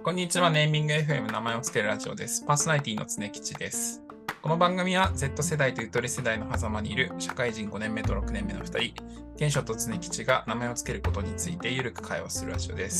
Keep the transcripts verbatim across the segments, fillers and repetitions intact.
こんにちは。ネーミング エフエム 名前をつけるラジオです。パーソナリティの常吉です。この番組は Z 世代とゆとり世代の狭間にいる社会人ごねんめとろくねんめのふたり、賢章と常吉が名前をつけることについてゆるく会話するラジオです。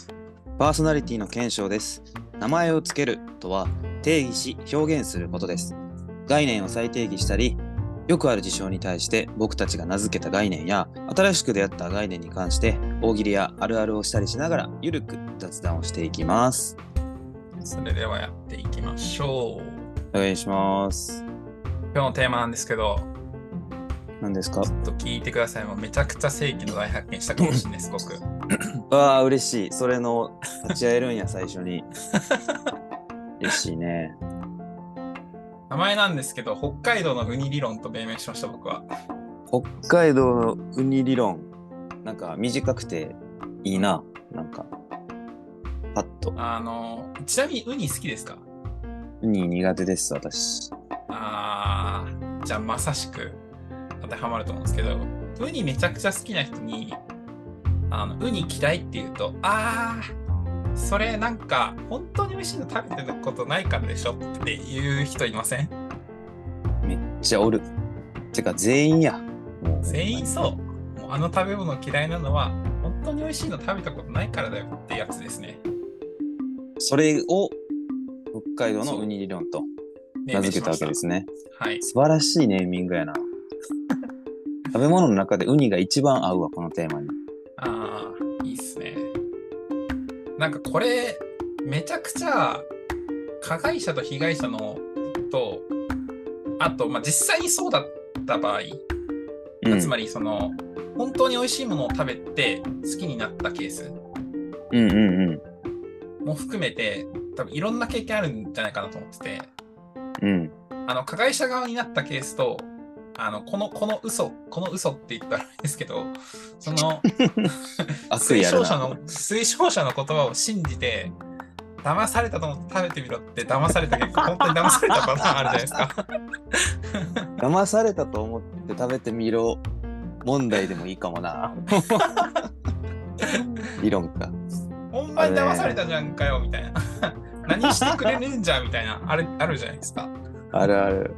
パーソナリティの賢章です。名前をつけるとは定義し表現することです。概念を再定義したり、よくある事象に対して僕たちが名付けた概念や新しく出会った概念に関して大喜利やあるあるをしたりしながらゆるく雑談をしていきます。 それではやっていきましょう。 お願いします。 今日のテーマなんですけど、 何ですか？ ちょっと聞いてください。もうめちゃくちゃ世紀の大発見したかもしれないです僕。 わあ嬉しい。それの立ち会えるんや最初に。嬉しいね。 名前なんですけど、北海道のウニ理論と命名しました僕は。 北海道のウニ理論、なんか短くていいな。なんかパッと。 あのちなみにウニ好きですか？ ウニ苦手です私。 あー、じゃあまさしく当てはまると思うんですけど、ウニめちゃくちゃ好きな人にあのウニ嫌いって言うと、あーそれなんか本当に美味しいの食べてることないからでしょっていう人いません？ めっちゃおる。てか全員や。 もう全員そう。もうあの食べ物嫌いなのは本当に美味しいの食べたことないからだよってやつですね。 それを北海道のウニ理論と名付けたわけですね。 はい。 素晴らしいネーミングやな。食べ物の中でウニが一番合うわこのテーマに。 ああ、いいっすね。なんかこれめちゃくちゃ加害者と被害者のとあと、まあ、実際にそうだった場合、うん、つまりその本当に美味しいものを食べて好きになったケースも含めて多分いろんな経験あるんじゃないかなと思ってて、 うん、あの加害者側になったケースとあのこのこの嘘この嘘って言ったらいいですけど、その推奨者の推奨者の言葉を信じて騙されたと思って食べてみろって騙された結果本当に騙されたパターンあるじゃないですか。 騙されたと思って食べてみろ問題でもいいかもな。理論か。 ほんまに騙されたじゃんかよみたいな。何してくれるんじゃみたいなあるあるじゃないですか。 あるある。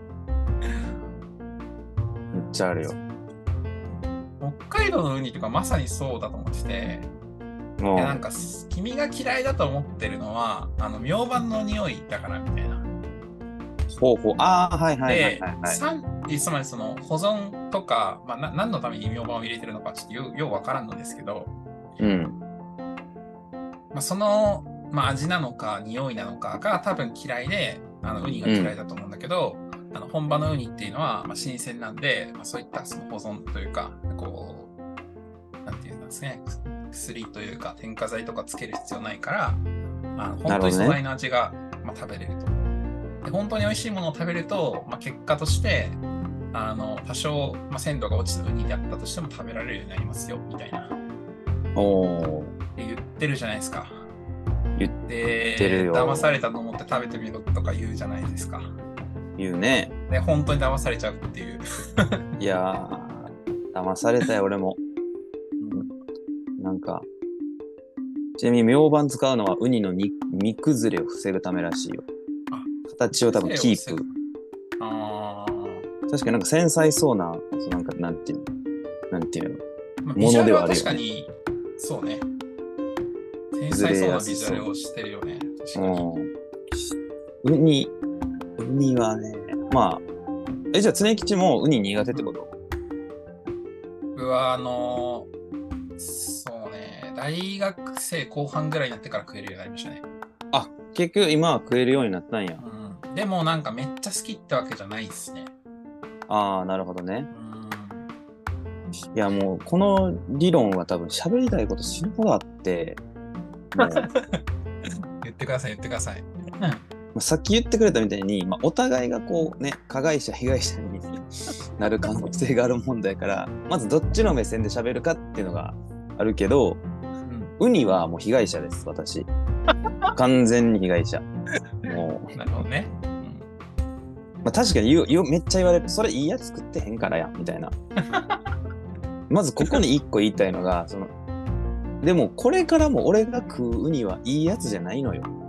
めっちゃあるよ。 北海道のウニとかまさにそうだと思ってて、いやなんか君が嫌いだと思ってるのはあの明晩の匂いだからみたいな。 ほうほう、ああはいはいはいはい、 はい。つまりその保存とか、まあ、な何のために明晩を入れてるのかちょっとよようわからんのですけど、 うん。 まあ、その、まあ、味なのか匂いなのかが多分嫌いで、あのウニが嫌いだと思うんだけど。うん、あの本場のウニっていうのは、まあ、新鮮なんで、まあ、そういったその保存というか、こう、なんていうんですね、薬というか、添加剤とかつける必要ないから、あの本当に素材の味が、ねまあ、食べれると。で本当に美味しいものを食べると、まあ、結果として、あの多少、まあ、鮮度が落ちたウニであったとしても食べられるようになりますよ、みたいな。 おー。 って言ってるじゃないですか。 言ってるよ。 騙されたと思って食べてみろとか言うじゃないですか。 言うね。 で本当に騙されちゃうっていう。 いやー騙されたよ俺も、うん、なんかちなみに明晩使うのはウニの煮崩れを防ぐためらしいよ。あ、形を多分キープ。 あ確かになんか繊細そうななんかなんていうのなんていうの、 まあ、ものではあるよね。確かにそうね。繊細そうなビジュアルをしてるよね。確かに。 ウニウニはね、まあ、え、じゃあ、常吉もウニ苦手ってこと？ 僕は、あのー、そうね、大学生後半ぐらいになってから食えるようになりましたね。 あ、結局今は食えるようになったんや。 うん、でも、なんかめっちゃ好きってわけじゃないですね。 ああ、なるほどね。うん、いや、もう、この理論は多分喋りたいこと死ぬほどあって、もう言ってください、言ってください。 さっき言ってくれたみたいに、まあ、お互いがこうね加害者被害者になる可能性がある問題からまずどっちの目線で喋るかっていうのがあるけど、うん、ウニはもう被害者です私。完全に被害者。もうなるほどね、うんまあ、確かに言う言うめっちゃ言われる。それいいやつ食ってへんからやみたいな。まずここに一個言いたいのがそのでもこれからも俺が食うウニはいいやつじゃないのよ。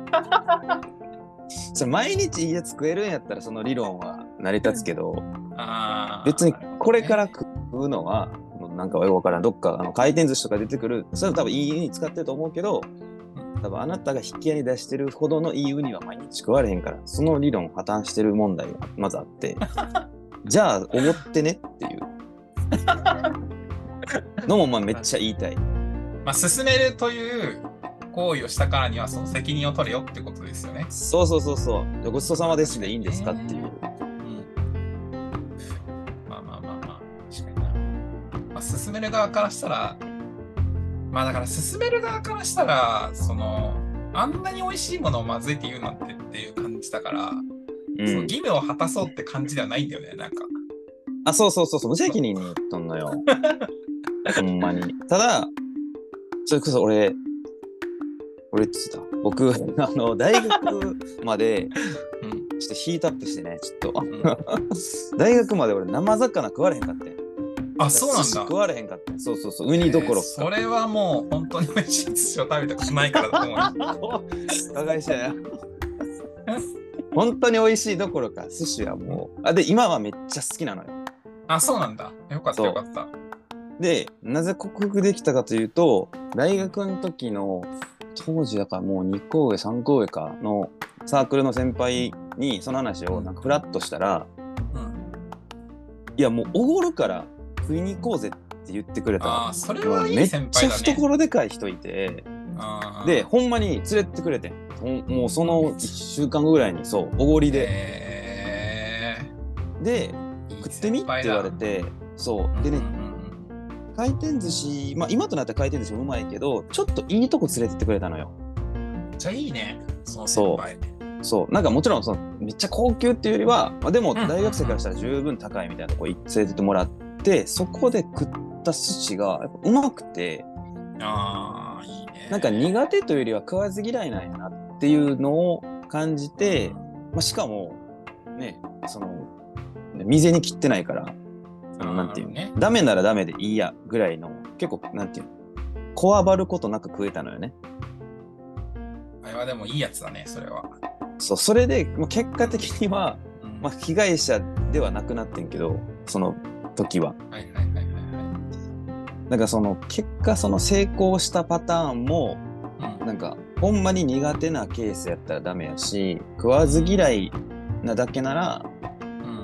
それ毎日いいやつ食えるんやったらその理論は成り立つけど、 あ別にこれから食うのはなんかよくわからん、どっかあの回転寿司とか出てくる、それは多分いいウニ使ってると思うけど、多分あなたが引き合いに出してるほどのいいウニは毎日食われへんから、その理論破綻してる問題がまずあってじゃあおごってねっていうのもまあめっちゃ言いたい。 まあ進めるという行為をしたからにはその責任を取れよってことですよね。 そうそうそうそう、ごちそうさまですでいいんですかっていう、うん、 まあまあまあまあ確かにな、まあ、進める側からしたらまあだから進める側からしたらそのあんなに美味しいものをまずいって言うなんてっていう感じだから、うん、その義務を果たそうって感じではないんだよね、なんか。 あ、そうそうそうそう、無責任に言っとんのよほんまに。ただそれこそ俺俺って言ってた僕あの大学までちょっとヒートアップしてね、ちょっと、うん、大学まで俺生魚食われへんかってん。 あ、そうなんだ。 食われへんかった。そうそうそう、ウニどころか、えー、 それはもう本当に美味しい寿司を食べたことないからだと思う加害者や本当に美味しいどころか寿司はもうあで今はめっちゃ好きなのよ。 あ、そうなんだ。よかったよかった。 でなぜ克服できたかというと、大学の時の当時だからもうにこ上さんこ上かのサークルの先輩にその話をなんかフラッとしたら、うん、いやもうおごるから食いに行こうぜって言ってくれた。 あ、それはいい先輩だね。 めっちゃ懐でかい人いて、あでほんまに連れてってくれて、もうそのいっしゅうかん後ぐらいにそうおごりで、えー、で食ってみって言われて、そうでね、うん、回転寿司、まあ今となったら回転寿司もうまいけどちょっといいとこ連れてってくれたのよ。 めっちゃいいね、その先輩。 そう、なんかもちろんそのめっちゃ高級っていうよりは、まあ、でも大学生からしたら十分高いみたいなとこ連れてってもらって、そこで食った寿司がやっぱうまくて、 あーいいね。 なんか苦手というよりは食わず嫌いなんやなっていうのを感じて、まあ、しかもね、その水に切ってないから、そのなんていう、ね、ダメならダメでいいやぐらいの結構なんていうこわばることなく食えたのよね。 あれはでもいいやつだね、それは。 そう、それで、まあ、結果的には、うんまあ、被害者ではなくなってんけど、その時は。はいはいはいはいはい。なんかその結果その成功したパターンも、うん、なんかほんまに苦手なケースやったらダメやし、食わず嫌いなだけなら、うん、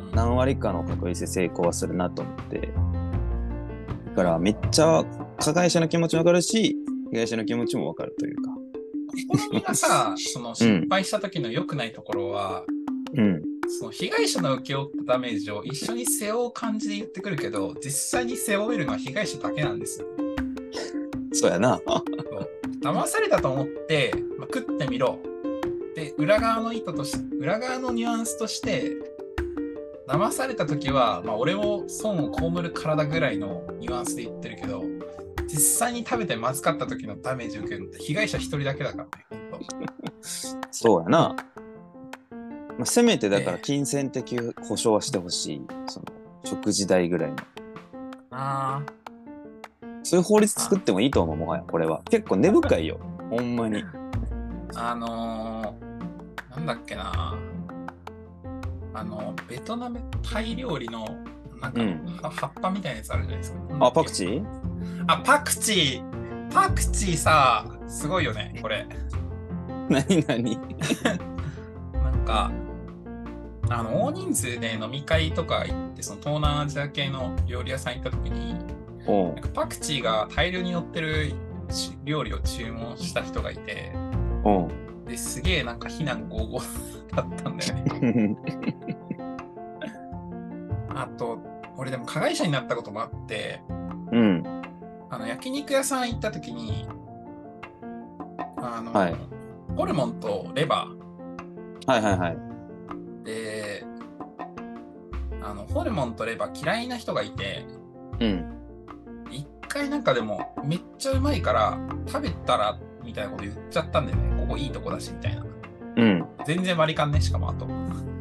何割かの確率で成功はするなと思って。だからめっちゃ加害者の気持ちもわかるし、被害者の気持ちもわかるというか。 好みがさ、その失敗した時の良くないところは、うん、その被害者の受け負ったダメージを一緒に背負う感じで言ってくるけど、実際に背負えるのは被害者だけなんですよ。 そうやな。 騙されたと思って、まあ、食ってみろ。で、裏側の意図とし、裏側のニュアンスとして、騙された時は、まあ、俺も損を被る体ぐらいのニュアンスで言ってるけど、実際に食べてまずかった時のダメージを受けるのって被害者一人だけだからね。 そうやな。まあ、せめてだから金銭的保証はしてほしい、その食事代ぐらいの。ああ。そういう法律作ってもいいと思う、もはやこれは。結構根深いよ、ほんまに。 あのー、なんだっけな。あの、ベトナムタイ料理のなんか、うん、葉っぱみたいなやつあるじゃないですか。 あ、パクチー？ あ、パクチー。パクチーさ、すごいよね、これ。 何何なんか、あの、大人数で飲み会とか行って、その東南アジア系の料理屋さん行った時に、なんかパクチーが大量に乗ってる料理を注文した人がいて、ですげえなんか非難合々だったんだよね。あと、俺でも加害者になったこともあって、うん、あの焼肉屋さん行った時に、あの、はい、ホルモンとレバー。はいはいはい。 で、あのホルモンとレバー嫌いな人がいて、うん。一回なんかでもめっちゃうまいから食べたらみたいなこと言っちゃったんだよね。ここいいとこだしみたいな。うん。全然割り勘ね、しかもあと。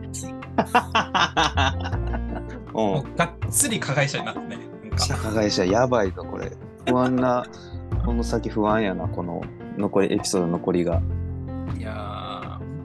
もうがっつり加害者になってね。 加害者やばいぞこれ。不安なこの先不安やな、この残りエピソード残りが。 いや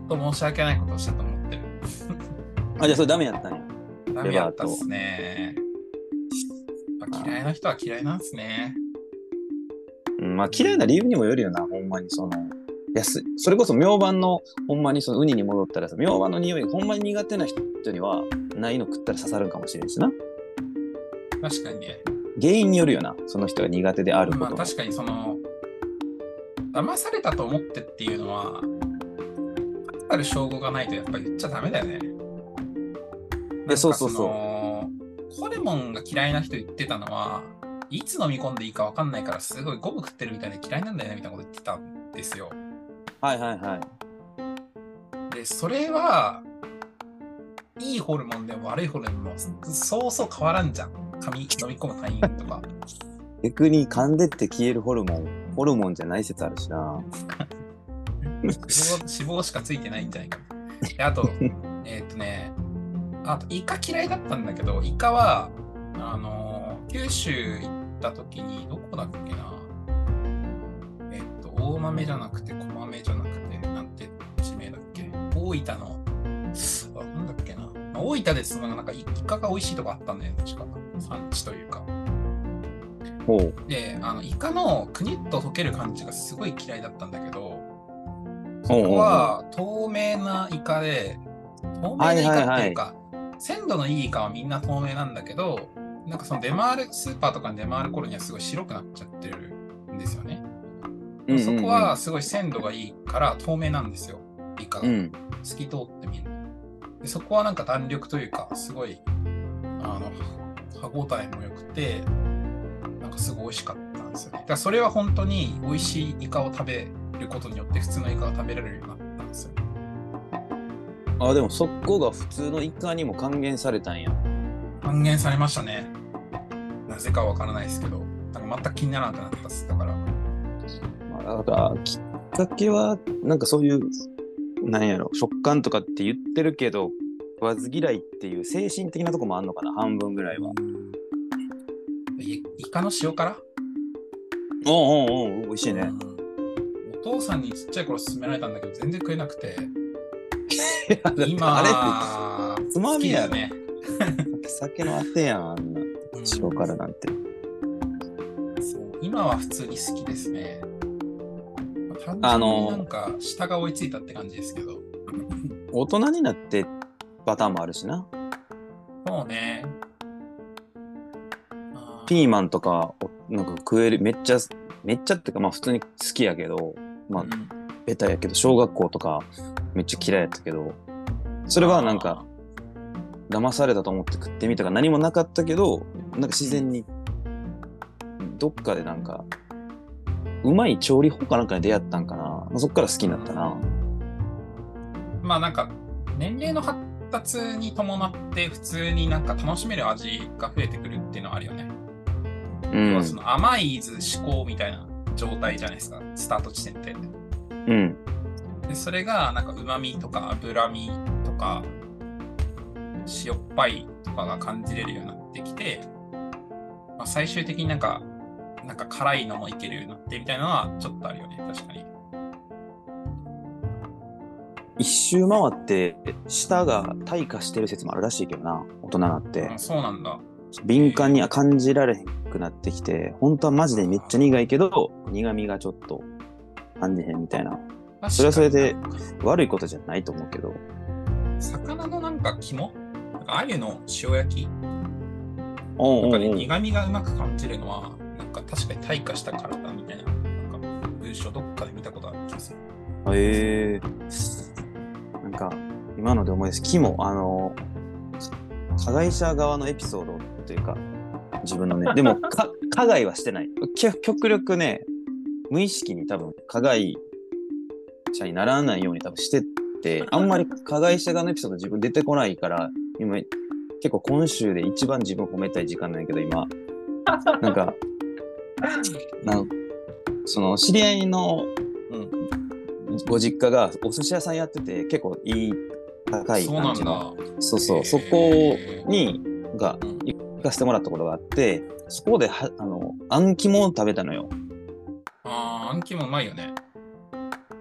と申し訳ないことをしたと思ってる。 あ、じゃあそれダメやったんや。 ダメやったっすね。やっぱ嫌いな人は嫌いなんですね。 うん、まあ嫌いな理由にもよるよな、ほんまにその。安い。それこそ明晩のほんまにそのウニに戻ったらさ、明晩の匂いがほんまに苦手な人にはないの食ったら刺さるかもしれんしな。 確かにね。 原因によるよな、その人が苦手であることも。 まあ確かにその、騙されたと思ってっていうのは、ある証拠がないとやっぱり言っちゃダメだよね。 え、そうそうそう。 ホルモンが嫌いな人言ってたのは、いつ飲み込んでいいか分かんないからすごいゴム食ってるみたいで嫌いなんだよねみたいなこと言ってたんですよ。 はいはいはい。 で、それは、いいホルモンでも悪いホルモンもそうそう変わらんじゃん。髪飲み込むタイミングとか。 逆に噛んでって消えるホルモン、ホルモンじゃない説あるしな。 脂肪、脂肪しかついてないんじゃないか。であと、えーっとね、あとイカ嫌いだったんだけど、イカは、あのー、九州行った時に、どこだっけな。えーっと、大豆じゃなくて、小豆じゃなくて、なんて地名だっけ。大分の、あ、なんだっけな。まあ大分でそのなんかイカが美味しいとこあったんだよね、確か。産地というか。 ほう。 で、あの、イカのくにっと溶ける感じがすごい嫌いだったんだけど、そこは透明なイカで、透明なイカっていうか、鮮度のいいイカはみんな透明なんだけど、なんかその出回る、スーパーとかに出回る頃にはすごい白くなっちゃってるんですよね。うんうんうん、そこはすごい鮮度がいいから透明なんですよ、イカが。うん、透き通ってみる。でそこはなんか弾力というか、すごい、あの、歯ごたえも良くて、なんかすごい美味しかったんですよね。だからそれは本当に美味しいイカを食べることによって普通のイカが食べられるようになったんですよね。 あ、でもそこが普通のイカにも還元されたんや。 還元されましたね。なぜかわからないですけど、なんか全く気にならなくなったっす。だから。 まあ、だからきっかけはなんかそういうなんやろ食感とかって言ってるけど食わず嫌いっていう精神的なとこもあんのかな、半分ぐらいは。 イ, イカの塩辛？ おうおうおう、美味しいね、うん。 お父さんにちっちゃい頃勧められたんだけど全然食えなくて。 今あれってつまみやね。 酒のあてやん、あんな塩辛なんて、 うん、そう今は普通に好きですね。単純になんか舌が追いついたって感じですけど。 大人になってパターンもあるしな。 そうね。 ピーマンとかなんか食える、めっちゃめっちゃっていうかまあ普通に好きやけど、まあ、うん、ベタやけど小学校とかめっちゃ嫌いやったけど、それはなんか騙されたと思って食ってみたが何もなかったけど、なんか自然にどっかでなんかうまい調理法かなんかに出会ったんかな、まあ、そっから好きになったな。 まあなんか年齢の発達に伴って普通になんか楽しめる味が増えてくるっていうのはあるよね。うん、その甘いず至高みたいな状態じゃないですか、スタート地点って。 うん。 でそれがなんか旨味とか脂身とか塩っぱいとかが感じれるようになってきて、まあ、最終的になんかなんか辛いのもいけるようになってみたいなのはちょっとあるよね、確かに。 一周回って舌が退化してる説もあるらしいけどな、大人になって。 あ、そうなんだ。 敏感に感じられへんくなってきて、本当はマジでめっちゃ苦いけど苦味がちょっと感じへんみたいな。それはそれで悪いことじゃないと思うけど。 魚のなんか肝、なんか鮎の塩焼き、 おうおうおう、 なんかね、苦味がうまく感じるのはなんか確かに退化したからだみたいな、なんか文章どっかで見たことある気がする。 へえー、なんか今ので思い出す肝、あの加害者側のエピソードというか自分のね、でもか加害はしてない、極力ね無意識に多分加害者にならないように多分してって、あんまり加害者側のエピソード自分出てこないから、今結構今週で一番自分褒めたい時間なんやけど、今なんかなんその知り合いの、うん、ご実家がお寿司屋さんやってて結構いい高い感じの、そうそう、そこにが行かせてもらったことがあって、そこではあのあん肝を食べたのよ。 ああ、あん肝うまいよね。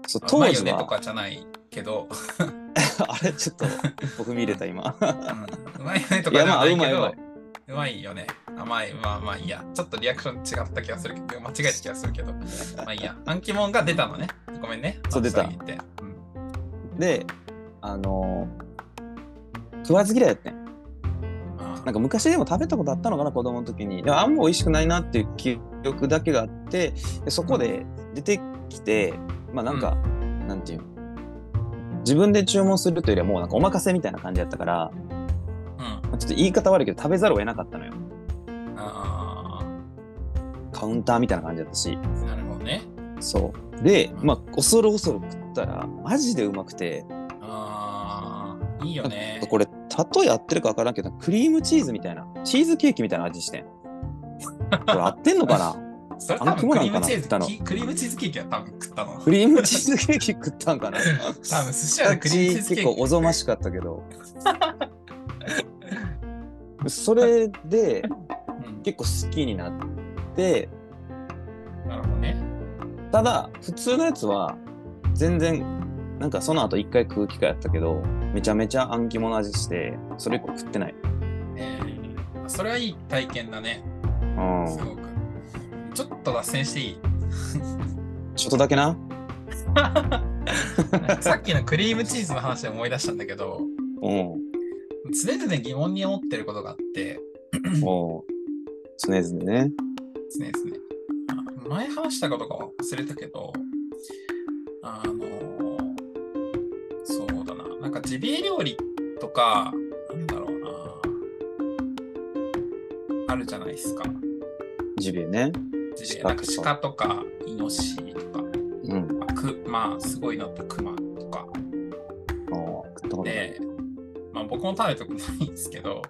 そううまいよ当時はねとかじゃないけど、 あれちょっと僕見れた今うん、うまいよねといやまあかではないうけど、 まいうまい。 うまいよね。甘い、まあまあいいや。ちょっとリアクション違った気がするけど、間違えた気がするけど、まあいいや。アンキモンが出たのね。ごめんね。 そう出たまあ言って。うん、 であの食わず嫌いやってん。 あなんか昔でも食べたことあったのかな子供の時に。でもあんま美味しくないなっていう記憶だけがあって、でそこで出てきて、まあなんか、うん、なんていう自分で注文するというよりはもうなんかお任せみたいな感じだったから、うん、ちょっと言い方悪いけど食べざるを得なかったのよ。 あカウンターみたいな感じだったし。 なるほどね。 そうで、まあ恐る恐る食ったらマジでうまくて、 あーいいよね。 これ例え合ってるか分からんけどクリームチーズみたいなチーズケーキみたいな味してん。これ合ってんのかなそれ多分クリームチーズクリームチーズケーキは多分食ったの。 クリームチーズケーキ食ったんかな多分寿司屋でクリームチーズケーキ結構おぞましかったけどそれで、うん、結構好きになって、 なるほどね。 ただ普通のやつは全然なんかその後一回食う機会やったけどめちゃめちゃあん肝の味してそれ以降食ってない。 えー、それはいい体験だね。 うん、 すごくちょっと脱線していいちょっとだけなさっきのクリームチーズの話で思い出したんだけど、 うん、 常々疑問に思ってることがあってお常々ね常々前話したことか忘れたけど、あのそうだな、なんかジビエ料理とかなんだろうなあるじゃないですか。 ジビエね。 ジビエなんか鹿とかイノシシとか、うん、まあ、くまあすごいのってクマとかで、まあ、僕も食べたことないんですけど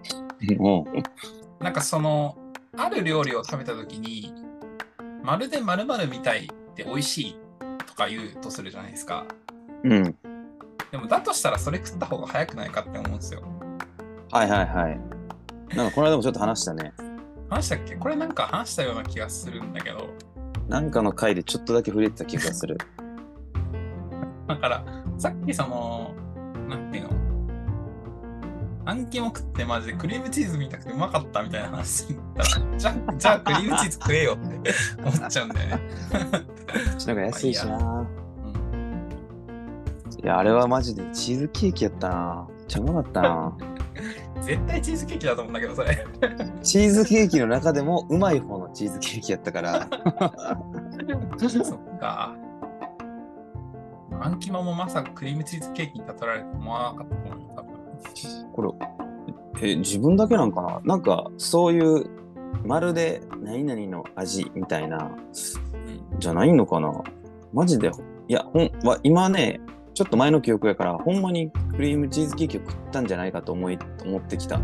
なんかそのある料理を食べたときにまるで〇〇みたいって美味しいとか言うとするじゃないですか。 うん。 でもだとしたらそれ食った方が早くないかって思うんですよ。 はいはいはい。なんかこの間もちょっと話したね。 話したっけ？これなんか話したような気がするんだけど。 なんかの回でちょっとだけ触れてた気がする。 だからさっきそのなんていうのあん肝食ってマジでクリームチーズ見たくてうまかったみたいな話になったらじゃあじゃあクリームチーズ食えよって思っちゃうんだよね。 なんか安いしな、まあいいや、うん、いやあれはマジでチーズケーキやったな。めっちゃうまかったな。 絶対チーズケーキだと思うんだけどそれ。 チーズケーキの中でもうまい方のチーズケーキやったから。 そっか。あん肝もまさかクリームチーズケーキに例えられると思わなかったと思う。多分これえ自分だけなんかな。なんかそういうまるで何々の味みたいな、うん、じゃないのかな。マジでいやほんは今ねちょっと前の記憶やからほんまにクリームチーズケーキを食ったんじゃないかと思い思ってきた。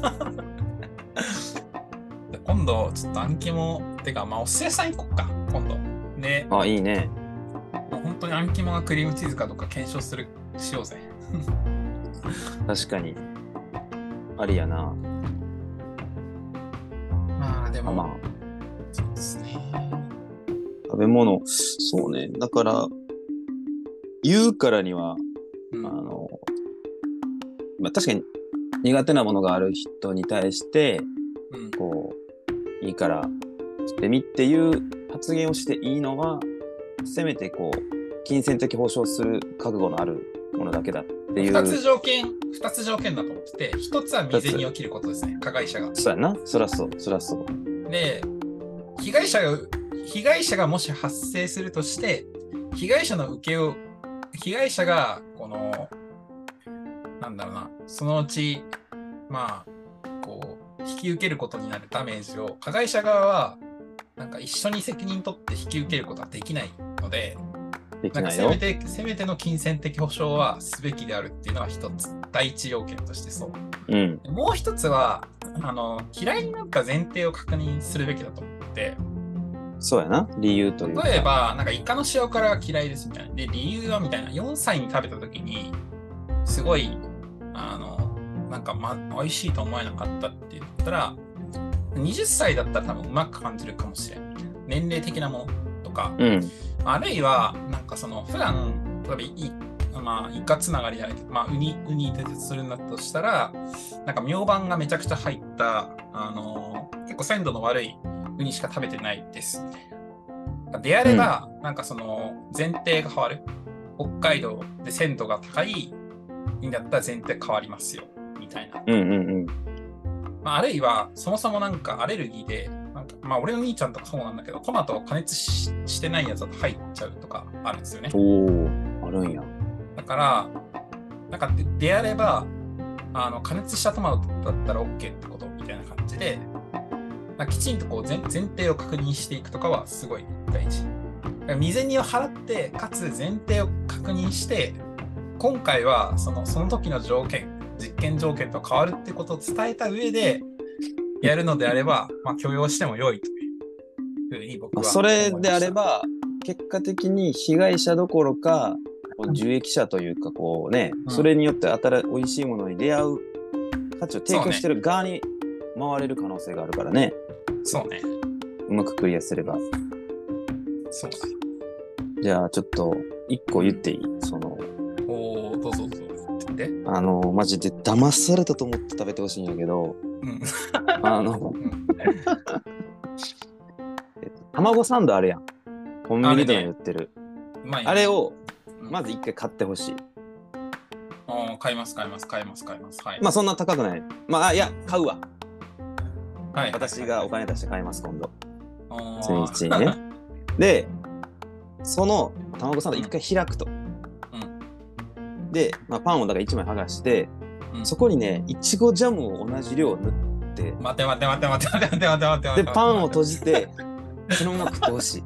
今度ちょっとあん肝ってかまあお寿司屋さん行こっか今度で。 あいいね。 もう本当にあん肝がクリームチーズかどうか検証するしようぜ。 確かにありやな。 まあでもまあそうですね。 食べ物そうね。だから言うからには、うん、あのまあ確かに苦手なものがある人に対して、うん、こういいからしてみっていう発言をしていいのはせめてこう金銭的保証する覚悟のあるものだけだっていう。 ふたつ条件二つ条件だと思ってて、ひとつは未然に起きることですね。加害者が。 そうやな。そらそうそらそう。 で被害者が被害者がもし発生するとして被害者の受けを被害者がこのなんだろうなそのうちまあこう引き受けることになるダメージを加害者側はなんか一緒に責任取って引き受けることはできないので、 できないよ。 なんかせめてせめての金銭的保証はすべきであるっていうのは一つ第一要件としてそう。 うん、 もう一つはあの嫌いになった前提を確認するべきだと思って。 そうやな理由というか。 例えばなんかイカの塩辛が嫌いですみたいなで理由はみたいなよんさいに食べた時にすごいあのなんか、ま、美味しいと思えなかったって言ったらはたちだったら多分うまく感じるかもしれん。年齢的なものとか、 うん。 あるいは、なんかその、普段、例えばいい、まあ、イカつながりじゃないけど、まあ、ウニ、ウニでするんだとしたら、なんか、ミョウバンがめちゃくちゃ入った、あのー結構鮮度の悪いウニしか食べてないです。であれば、なんかその、前提が変わる。北海道で鮮度が高いウニだったら前提変わりますよ、みたいな。 うんうんうん。 まあ、あるいは、そもそもなんかアレルギーで、なんかまあ、俺の兄ちゃんとかそうなんだけど、トマトを加熱 し, してないやつだと入っちゃうとかあるんですよね。 おお、あるんや。 だから、なんかでであれば、あの加熱したトマトだったら OK ってことみたいな感じで、なんかきちんとこう 前, 前提を確認していくとかはすごい大事。だから未然にを払って、かつ前提を確認して、今回はそのその時の条件、実験条件と変わるってことを伝えた上でやるのであれば、まあ、許容しても良いというふうに僕は思いました。 それであれば、結果的に被害者どころか、受益者というか、こうね、うん、それによって新美味しいものに出会う価値を提供してる側に回れる可能性があるからね。 そうね。 うまくクリアすれば。 そうね。 じゃあ、ちょっと、一個言っていい？その、 おー、どうぞどうぞ。であの、マジで騙されたと思って食べてほしいんやけど、うん、あの、卵サンドあるやん。コンビニとかに売ってる。あれね、あれを、まず一回買ってほしい。 うん、買います、買います、買います、買います。はい。 まあそんな高くない。まあ、いや、買うわ。 はい。 私がお金出して買います、今度。全一にね。で、その卵サンド一回開くと。うん、で、まあ、パンをだから一枚剥がして、うん、そこにね、いちごジャムを同じ量塗って。 待て待て待て待て待て待て待て待て。 で、パンを閉じて、そのまま食ってほしい。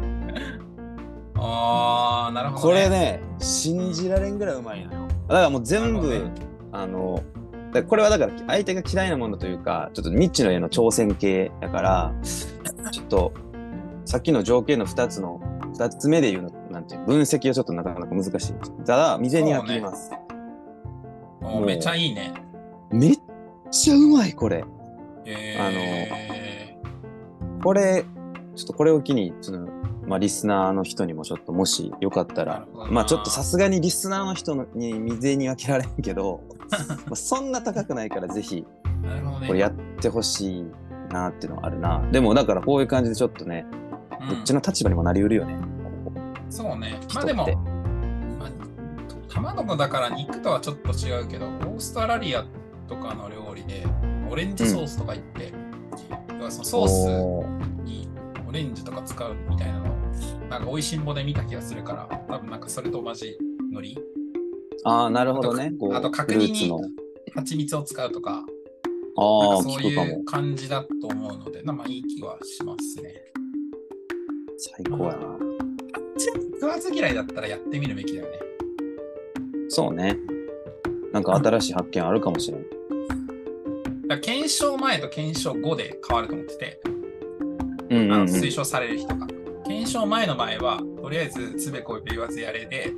あー、なるほど、ね。 これね、信じられんぐらいうまいのよ。だからもう全部、ね、あの、これはだから相手が嫌いなものというか、ちょっと未知の絵の挑戦系だから、ちょっと、さっきの条件のふたつの、ふたつめで言うの、なんていう、分析はちょっとなかなか難しい。ただ、未然に飽きます。 ね、もうめっちゃいいね。 めっちゃうまい、これ。 えー、あの、これ、ちょっとこれを機に、その、まあ、リスナーの人にもちょっともしよかったら、まあちょっとさすがにリスナーの人に未然には切られんけどまあそんな高くないからぜひこれやってほしいなっていうのはあるな。でもだからこういう感じでちょっとね、うん、どっちの立場にもなりうるよね。 そうね。まあでも、まあ、卵だから肉とはちょっと違うけど、オーストラリアとかの料理でオレンジソースとか言って、うん、そのソースにオレンジとか使うみたいなのなんか美味しんぼで見た気がするから、多分なんかそれと同じ海苔。 ああ、なるほどね。 あと、あと角煮に蜂蜜を使うとか、 ああ、 そういう感じだと思うので、まあいい気はしますね。 最高やな。 食わず嫌いだったらやってみるべきだよね。 そうね。なんか新しい発見あるかもしれん。だから検証前と検証後で変わると思ってて、 うんうんうん、 あの推奨される人が。検証前の場合は、とりあえずつべこべ言わずやれで、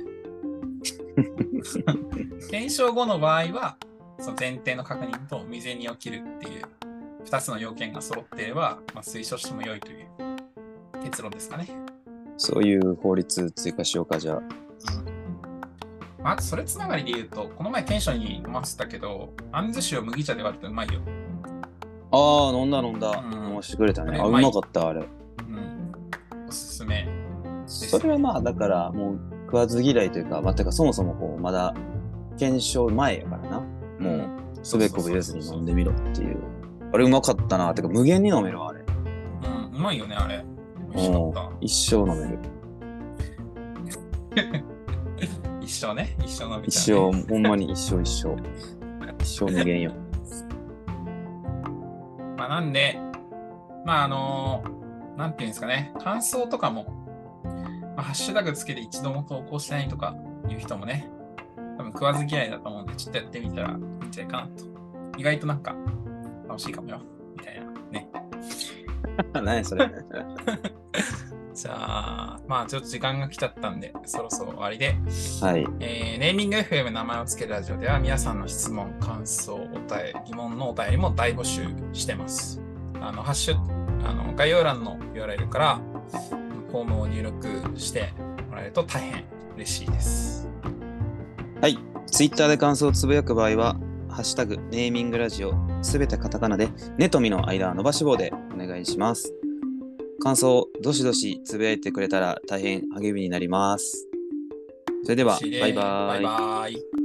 検証後の場合は、その前提の確認と未然に起きるっていうふたつの要件が揃っていれば、まあ、推奨しても良いという結論ですかね。 そういう法律追加しようか、じゃあ。うんまあ、あとそれつながりで言うと、この前検証に飲ませたけど、あんず酒を麦茶で割るとうまいよ。 ああ、飲んだ飲んだ。うん、飲ましてくれたね。あ、うまかった、あれ。 おすすめ、ね。 それはまあだからもう食わず嫌いというか、まあ、てかそもそもこうまだ検証前やからな、うん、もうすべこべ言わずに飲んでみろっていう。あれうまかったな。てか無限に飲めるわあれ。 うん、うまいよねあれ。美味しかった。 一生飲める。 一生ね、一生飲めちゃう、ね。 一生ほんまに一生一生一生無限よ。 まあなんでまああのー。なんていうんですかね、感想とかも、まあ、ハッシュタグつけて一度も投稿してないとかいう人もね、多分食わず嫌いだと思うんで、ちょっとやってみたらいいんじゃないかなと。意外となんか楽しいかもよ、みたいなね。 何それ。 じゃあ、まあちょっと時間が来ちゃったんで、そろそろ終わりで。 はい。 えー、ネーミング エフエム 名前をつけるラジオでは皆さんの質問、感想、お便り、疑問のお便りも大募集してます。あの、ハッシュあの概要欄の ユーアールエル からフォームを入力してもらえると大変嬉しいです。 はい。ツイッターで感想をつぶやく場合は、ハッシュタグネーミングラジオ、すべてカタカナで、ネとミの間は伸ばし棒でお願いします。感想をどしどしつぶやいてくれたら大変励みになります。それでは、バイバーイ。 バイバーイ。